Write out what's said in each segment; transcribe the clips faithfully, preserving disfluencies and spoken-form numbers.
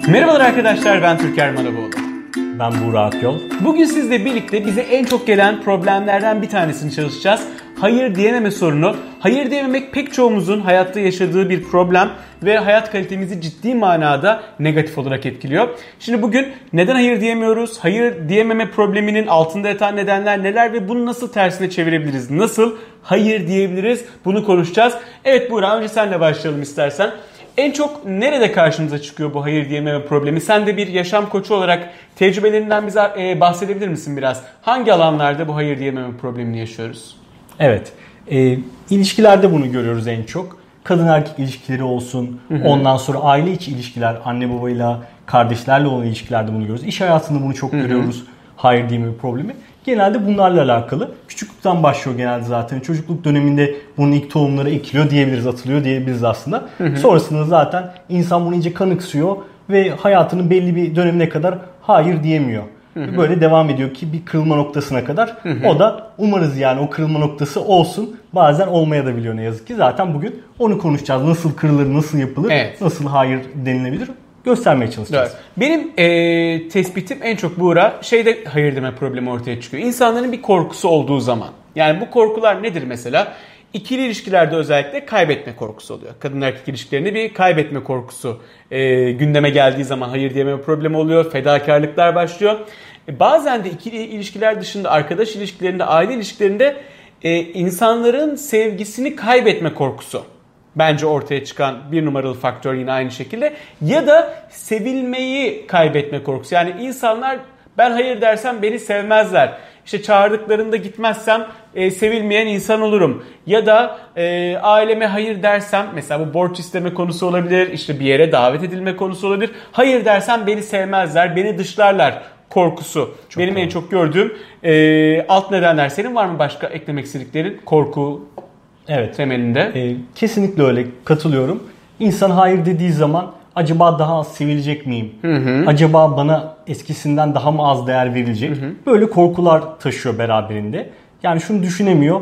Merhabalar arkadaşlar, ben Türker Manaboğlu. Ben Burak Akyol. Bugün sizle birlikte bize en çok gelen problemlerden bir tanesini çalışacağız. Hayır diyememe sorunu. Hayır diyememek pek çoğumuzun hayatta yaşadığı bir problem ve hayat kalitemizi ciddi manada negatif olarak etkiliyor. Şimdi bugün neden hayır diyemiyoruz? Hayır diyememe probleminin altında yatan nedenler neler ve bunu nasıl tersine çevirebiliriz? Nasıl hayır diyebiliriz? Bunu konuşacağız. Evet Burak, önce senle başlayalım istersen. En çok nerede karşımıza çıkıyor bu hayır diyememe problemi? Sen de bir yaşam koçu olarak tecrübelerinden bize bahsedebilir misin biraz? Hangi alanlarda bu hayır diyememe problemini yaşıyoruz? Evet. E, ilişkilerde bunu görüyoruz en çok. Kadın erkek ilişkileri olsun. Hı hı. Ondan sonra aile içi ilişkiler, anne babayla, kardeşlerle olan ilişkilerde bunu görüyoruz. İş hayatında bunu çok hı hı. görüyoruz. Hayır diyememe problemi. Genelde bunlarla alakalı. Küçüklükten başlıyor genelde zaten. Çocukluk döneminde bunun ilk tohumları ekiliyor diyebiliriz, atılıyor diyebiliriz aslında. Hı hı. Sonrasında zaten insan bunu iyice kanıksıyor ve hayatının belli bir dönemine kadar hayır diyemiyor. Hı hı. Böyle devam ediyor ki bir kırılma noktasına kadar. Hı hı. O da umarız yani o kırılma noktası olsun. Bazen olmaya da biliyor ne yazık ki. Zaten bugün onu konuşacağız. Nasıl kırılır, nasıl yapılır, evet. nasıl hayır denilebilir göstermeye çalışacağız. Evet. Benim e, tespitim en çok Buğra şeyde hayır deme problemi ortaya çıkıyor. İnsanların bir korkusu olduğu zaman. Yani bu korkular nedir mesela? İkili ilişkilerde özellikle kaybetme korkusu oluyor. Kadın erkek ilişkilerinde bir kaybetme korkusu e, gündeme geldiği zaman hayır diyememe problemi oluyor. Fedakarlıklar başlıyor. E, bazen de ikili ilişkiler dışında arkadaş ilişkilerinde, aile ilişkilerinde e, insanların sevgisini kaybetme korkusu. Bence ortaya çıkan bir numaralı faktör yine aynı şekilde. Ya da sevilmeyi kaybetme korkusu. Yani insanlar ben hayır dersem beni sevmezler. İşte çağırdıklarında gitmezsem e, sevilmeyen insan olurum. Ya da e, aileme hayır dersem, mesela bu borç isteme konusu olabilir. İşte bir yere davet edilme konusu olabilir. Hayır dersem beni sevmezler, beni dışlarlar korkusu. Çok Benim doğru. en çok gördüğüm e, alt nedenler. Senin var mı başka eklemek istediklerin korku? Evet. Temelinde. Ee, kesinlikle öyle, katılıyorum. İnsan hayır dediği zaman acaba daha az sevilecek miyim? Hı hı. Acaba bana eskisinden daha mı az değer verilecek? Hı hı. Böyle korkular taşıyor beraberinde. Yani şunu düşünemiyor.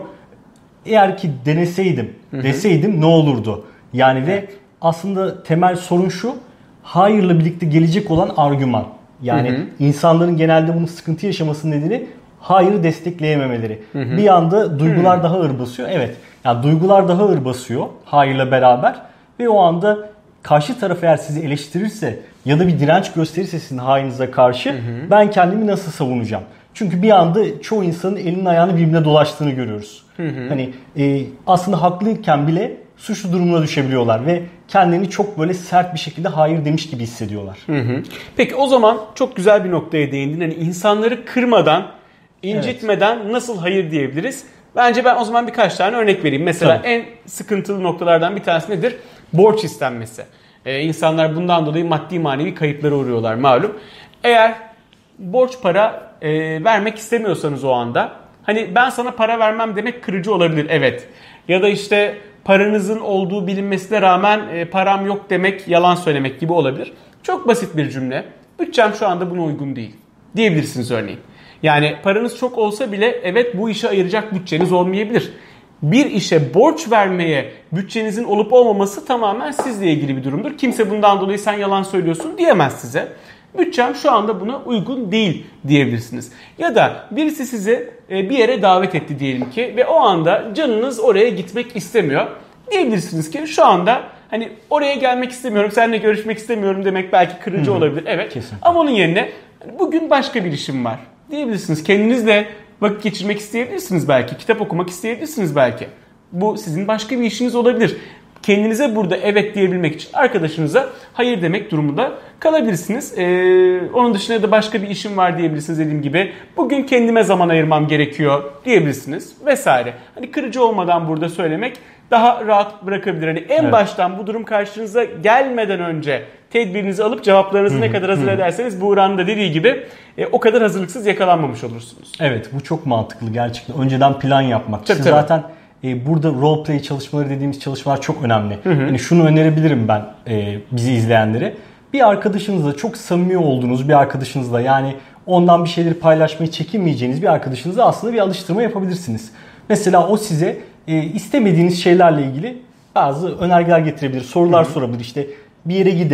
Eğer ki deneseydim, hı hı. deseydim ne olurdu? Yani evet. ve aslında temel sorun şu. Hayırla birlikte gelecek olan argüman. Yani hı hı. insanların genelde bunu sıkıntı yaşamasının nedeni hayırı destekleyememeleri. Hı hı. Bir anda duygular hı. daha ağır basıyor. Evet. Yani duygular daha ağır basıyor hayırla beraber ve o anda karşı taraf eğer sizi eleştirirse ya da bir direnç gösterirse sizin hayırınıza karşı hı hı. ben kendimi nasıl savunacağım? Çünkü bir anda çoğu insanın elinin ayağını birbirine dolaştığını görüyoruz. Hı hı. Hani e, aslında haklıyken bile suçlu durumuna düşebiliyorlar ve kendini çok böyle sert bir şekilde hayır demiş gibi hissediyorlar. Hı hı. Peki o zaman çok güzel bir noktaya değindin. Hani insanları kırmadan, incitmeden evet. nasıl hayır diyebiliriz? Bence ben o zaman birkaç tane örnek vereyim. Mesela Tabii. en sıkıntılı noktalardan bir tanesi nedir? Borç istenmesi. Ee, insanlar bundan dolayı maddi manevi kayıplara uğruyorlar malum. Eğer borç para e, vermek istemiyorsanız o anda, hani ben sana para vermem demek kırıcı olabilir, evet. Ya da işte paranızın olduğu bilinmesine rağmen e, param yok demek yalan söylemek gibi olabilir. Çok basit bir cümle. Bütçem şu anda buna uygun değil diyebilirsiniz örneğin. Yani paranız çok olsa bile evet bu işe ayıracak bütçeniz olmayabilir. Bir işe borç vermeye bütçenizin olup olmaması tamamen sizle ilgili bir durumdur. Kimse bundan dolayı sen yalan söylüyorsun diyemez size. Bütçem şu anda buna uygun değil diyebilirsiniz. Ya da birisi sizi bir yere davet etti diyelim ki ve o anda canınız oraya gitmek istemiyor. Diyebilirsiniz ki şu anda hani oraya gelmek istemiyorum, seninle görüşmek istemiyorum demek belki kırıcı Hı-hı. olabilir. Evet. Kesinlikle. Ama onun yerine bugün başka bir işim var diyebilirsiniz. Kendinizle vakit geçirmek isteyebilirsiniz belki. Kitap okumak isteyebilirsiniz belki. Bu sizin başka bir işiniz olabilir. Kendinize burada evet diyebilmek için arkadaşınıza hayır demek durumunda kalabilirsiniz. Ee, onun dışında da başka bir işim var diyebilirsiniz dediğim gibi. Bugün kendime zaman ayırmam gerekiyor diyebilirsiniz vesaire. Hani kırıcı olmadan burada söylemek daha rahat bırakabilir. Hani en evet. baştan bu durum karşınıza gelmeden önce tedbirinizi alıp cevaplarınızı Hı-hı. ne kadar hazır Hı-hı. ederseniz Buğra'nın da dediği gibi e, o kadar hazırlıksız yakalanmamış olursunuz. Evet, bu çok mantıklı gerçekten. Önceden plan yapmak. Tabii, tabii. Zaten e, burada role play çalışmaları dediğimiz çalışmalar çok önemli. Yani şunu önerebilirim ben e, bizi izleyenlere. Bir arkadaşınızla çok samimi olduğunuz bir arkadaşınızla, yani ondan bir şeyleri paylaşmayı çekinmeyeceğiniz bir arkadaşınızla aslında bir alıştırma yapabilirsiniz. Mesela o size e, istemediğiniz şeylerle ilgili bazı önergeler getirebilir, sorular Hı-hı. sorabilir. İşte bir yere gidelim,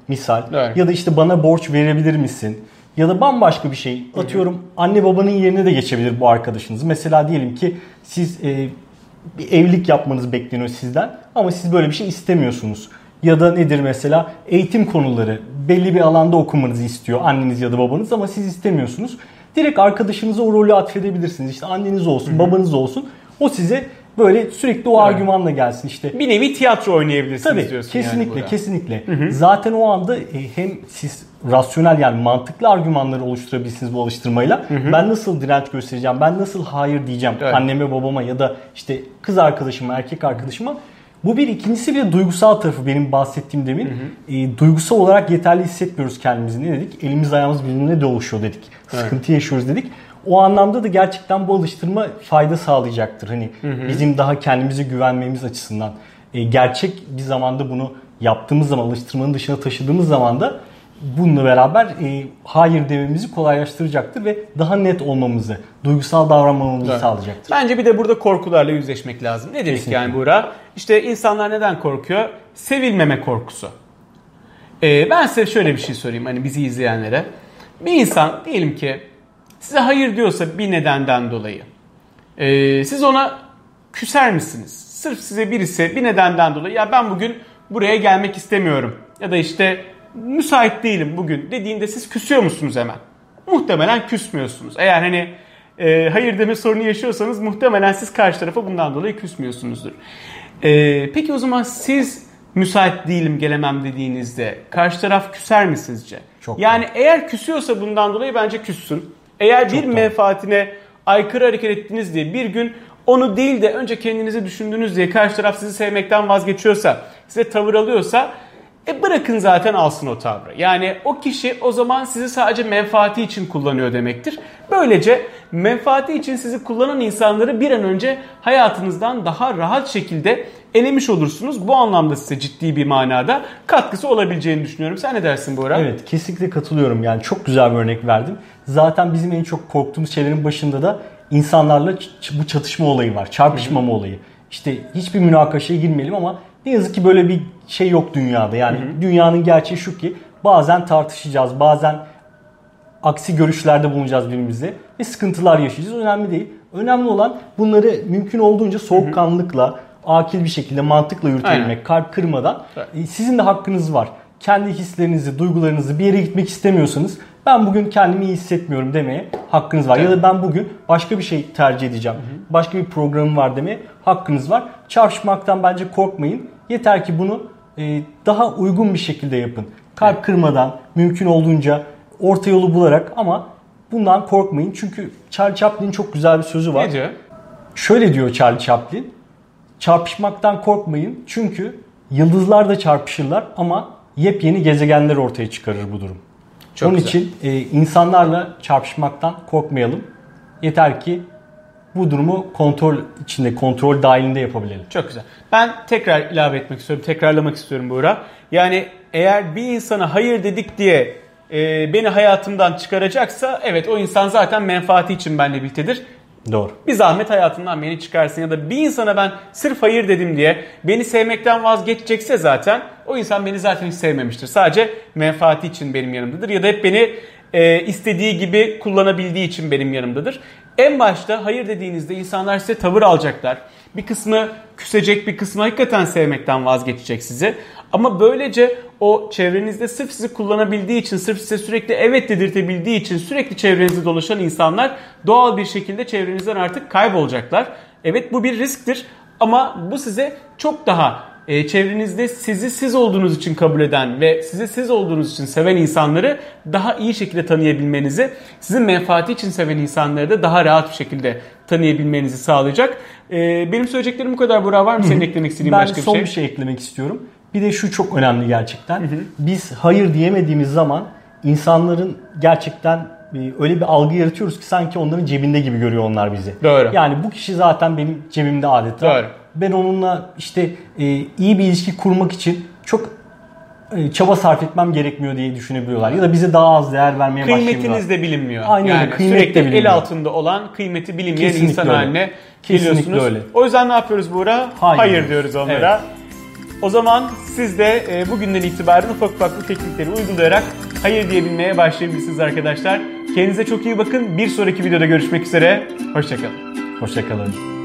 misal. Evet. Ya da işte bana borç verebilir misin? Ya da bambaşka bir şey. Atıyorum hı hı. anne babanın yerine de geçebilir bu arkadaşınız. Mesela diyelim ki siz e, bir evlilik yapmanız bekleniyor sizden ama siz böyle bir şey istemiyorsunuz. Ya da nedir mesela eğitim konuları belli bir alanda okumanızı istiyor anneniz ya da babanız ama siz istemiyorsunuz. Direkt arkadaşınıza o rolü atfedebilirsiniz. İşte anneniz olsun, hı-hı. babanız olsun. O size böyle sürekli o evet. argümanla gelsin işte. Bir nevi tiyatro oynayabilirsiniz Tabii, diyorsun kesinlikle, yani kesinlikle. Hı-hı. Zaten o anda hem siz rasyonel yani mantıklı argümanları oluşturabilirsiniz bu alıştırmayla. Hı-hı. Ben nasıl direnç göstereceğim, ben nasıl hayır diyeceğim evet. anneme babama ya da işte kız arkadaşıma, erkek arkadaşıma. Bu bir. İkincisi bir de duygusal tarafı benim bahsettiğim demin. Hı hı. E, duygusal olarak yeterli hissetmiyoruz kendimizi. Ne dedik? Elimiz ayağımız birbirine dolaşıyor dedik. Evet. Sıkıntı yaşıyoruz dedik. O anlamda da gerçekten bu alıştırma fayda sağlayacaktır. Hani hı hı. bizim daha kendimize güvenmemiz açısından. E, gerçek bir zamanda bunu yaptığımız zaman, alıştırmanın dışına taşıdığımız zaman da bununla beraber e, hayır dememizi kolaylaştıracaktır ve daha net olmamızı, duygusal davranmamamızı evet. sağlayacaktır. Bence bir de burada korkularla yüzleşmek lazım. Ne dedik Kesinlikle. yani Buğra? İşte insanlar neden korkuyor? Sevilmeme korkusu. Ee, ben size şöyle bir şey sorayım hani bizi izleyenlere. Bir insan diyelim ki size hayır diyorsa bir nedenden dolayı. Ee, siz ona küser misiniz? Sırf size birisi bir nedenden dolayı ya ben bugün buraya gelmek istemiyorum. Ya da işte müsait değilim bugün dediğinde siz küsüyor musunuz hemen? Muhtemelen küsmüyorsunuz. Eğer hani e, hayır deme sorunu yaşıyorsanız muhtemelen siz karşı tarafa bundan dolayı küsmüyorsunuzdur. E, peki o zaman siz müsait değilim gelemem dediğinizde karşı taraf küser mi sizce? Çok yani doğru. Eğer küsüyorsa bundan dolayı bence küssün. Eğer Çok bir doğru. menfaatine aykırı hareket ettiniz diye bir gün onu değil de önce kendinizi düşündünüz diye karşı taraf sizi sevmekten vazgeçiyorsa, size tavır alıyorsa E bırakın zaten alsın o tavrı. Yani o kişi o zaman sizi sadece menfaati için kullanıyor demektir. Böylece menfaati için sizi kullanan insanları bir an önce hayatınızdan daha rahat şekilde elemiş olursunuz. Bu anlamda size ciddi bir manada katkısı olabileceğini düşünüyorum. Sen ne dersin Buğra? Evet, kesinlikle katılıyorum. Yani çok güzel bir örnek verdim. Zaten bizim en çok korktuğumuz şeylerin başında da insanlarla bu çatışma olayı var. Çarpışmama olayı. İşte hiçbir münakaşaya girmeyelim ama ne yazık ki böyle bir şey yok dünyada. Yani hı hı. dünyanın gerçeği şu ki bazen tartışacağız, bazen aksi görüşlerde bulunacağız birbirimizle ve sıkıntılar yaşayacağız. Önemli değil. Önemli olan bunları mümkün olduğunca soğukkanlılıkla, akil bir şekilde mantıkla yürütebilmek, Aynen. kalp kırmadan. Evet. Sizin de hakkınız var. Kendi hislerinizi, duygularınızı bir yere gitmek istemiyorsanız ben bugün kendimi iyi hissetmiyorum demeye hakkınız var. Evet. Ya da ben bugün başka bir şey tercih edeceğim. Hı hı. Başka bir programım var demeye hakkınız var. Çarpışmaktan bence korkmayın. Yeter ki bunu e, daha uygun bir şekilde yapın. Kalp evet. kırmadan, mümkün olduğunca orta yolu bularak ama bundan korkmayın. Çünkü Charlie Chaplin'in çok güzel bir sözü var. Ne diyor? Şöyle diyor Charlie Chaplin. Çarpışmaktan korkmayın. Çünkü yıldızlar da çarpışırlar ama yepyeni gezegenler ortaya çıkarır bu durum. Çok Onun güzel. için e, insanlarla çarpışmaktan korkmayalım. Yeter ki bu durumu kontrol içinde, kontrol dahilinde yapabilelim. Çok güzel. Ben tekrar ilave etmek istiyorum, tekrarlamak istiyorum Buğra. Yani eğer bir insana hayır dedik diye e, beni hayatımdan çıkaracaksa evet o insan zaten menfaati için benimle birliktedir. Doğru. Bir zahmet hayatından beni çıkarsın ya da bir insana ben sırf hayır dedim diye beni sevmekten vazgeçecekse zaten o insan beni zaten hiç sevmemiştir. Sadece menfaati için benim yanımdadır ya da hep beni e, istediği gibi kullanabildiği için benim yanımdadır. En başta hayır dediğinizde insanlar size tavır alacaklar. Bir kısmı küsecek, bir kısmı hakikaten sevmekten vazgeçecek sizi. Ama böylece o çevrenizde sırf sizi kullanabildiği için, sırf size sürekli evet dedirtebildiği için sürekli çevrenizde dolaşan insanlar doğal bir şekilde çevrenizden artık kaybolacaklar. Evet bu bir risktir ama bu size çok daha e, çevrenizde sizi siz olduğunuz için kabul eden ve sizi siz olduğunuz için seven insanları daha iyi şekilde tanıyabilmenizi, sizin menfaati için seven insanları da daha rahat bir şekilde tanıyabilmenizi sağlayacak. E, benim söyleyeceklerim bu kadar. Burak, var mı senin eklemek istediğin ben başka bir şey? Ben son bir şey eklemek istiyorum. Bir de şu çok önemli gerçekten. Hı hı. Biz hayır diyemediğimiz zaman insanların gerçekten öyle bir algı yaratıyoruz ki sanki onların cebinde gibi görüyor onlar bizi. Doğru. Yani bu kişi zaten benim cebimde adeta. Doğru. Ben onunla işte e, iyi bir ilişki kurmak için çok e, çaba sarf etmem gerekmiyor diye düşünebiliyorlar. Ya da bize daha az değer vermeye başlıyorlar. Kıymetiniz de bilinmiyor. Aynen yani öyle. Kıymet sürekli de bilinmiyor. El altında olan kıymeti bilinmeyen Kesinlikle insan öyle. haline Kesinlikle geliyorsunuz. öyle. O yüzden ne yapıyoruz Buğra? Hayır, Hayır diyoruz onlara. Evet. O zaman siz de e, bugünden itibaren ufak ufak bu teknikleri uygulayarak hayır diyebilmeye başlayabilirsiniz arkadaşlar. Kendinize çok iyi bakın. Bir sonraki videoda görüşmek üzere. Hoşça kalın. Hoşça kalın.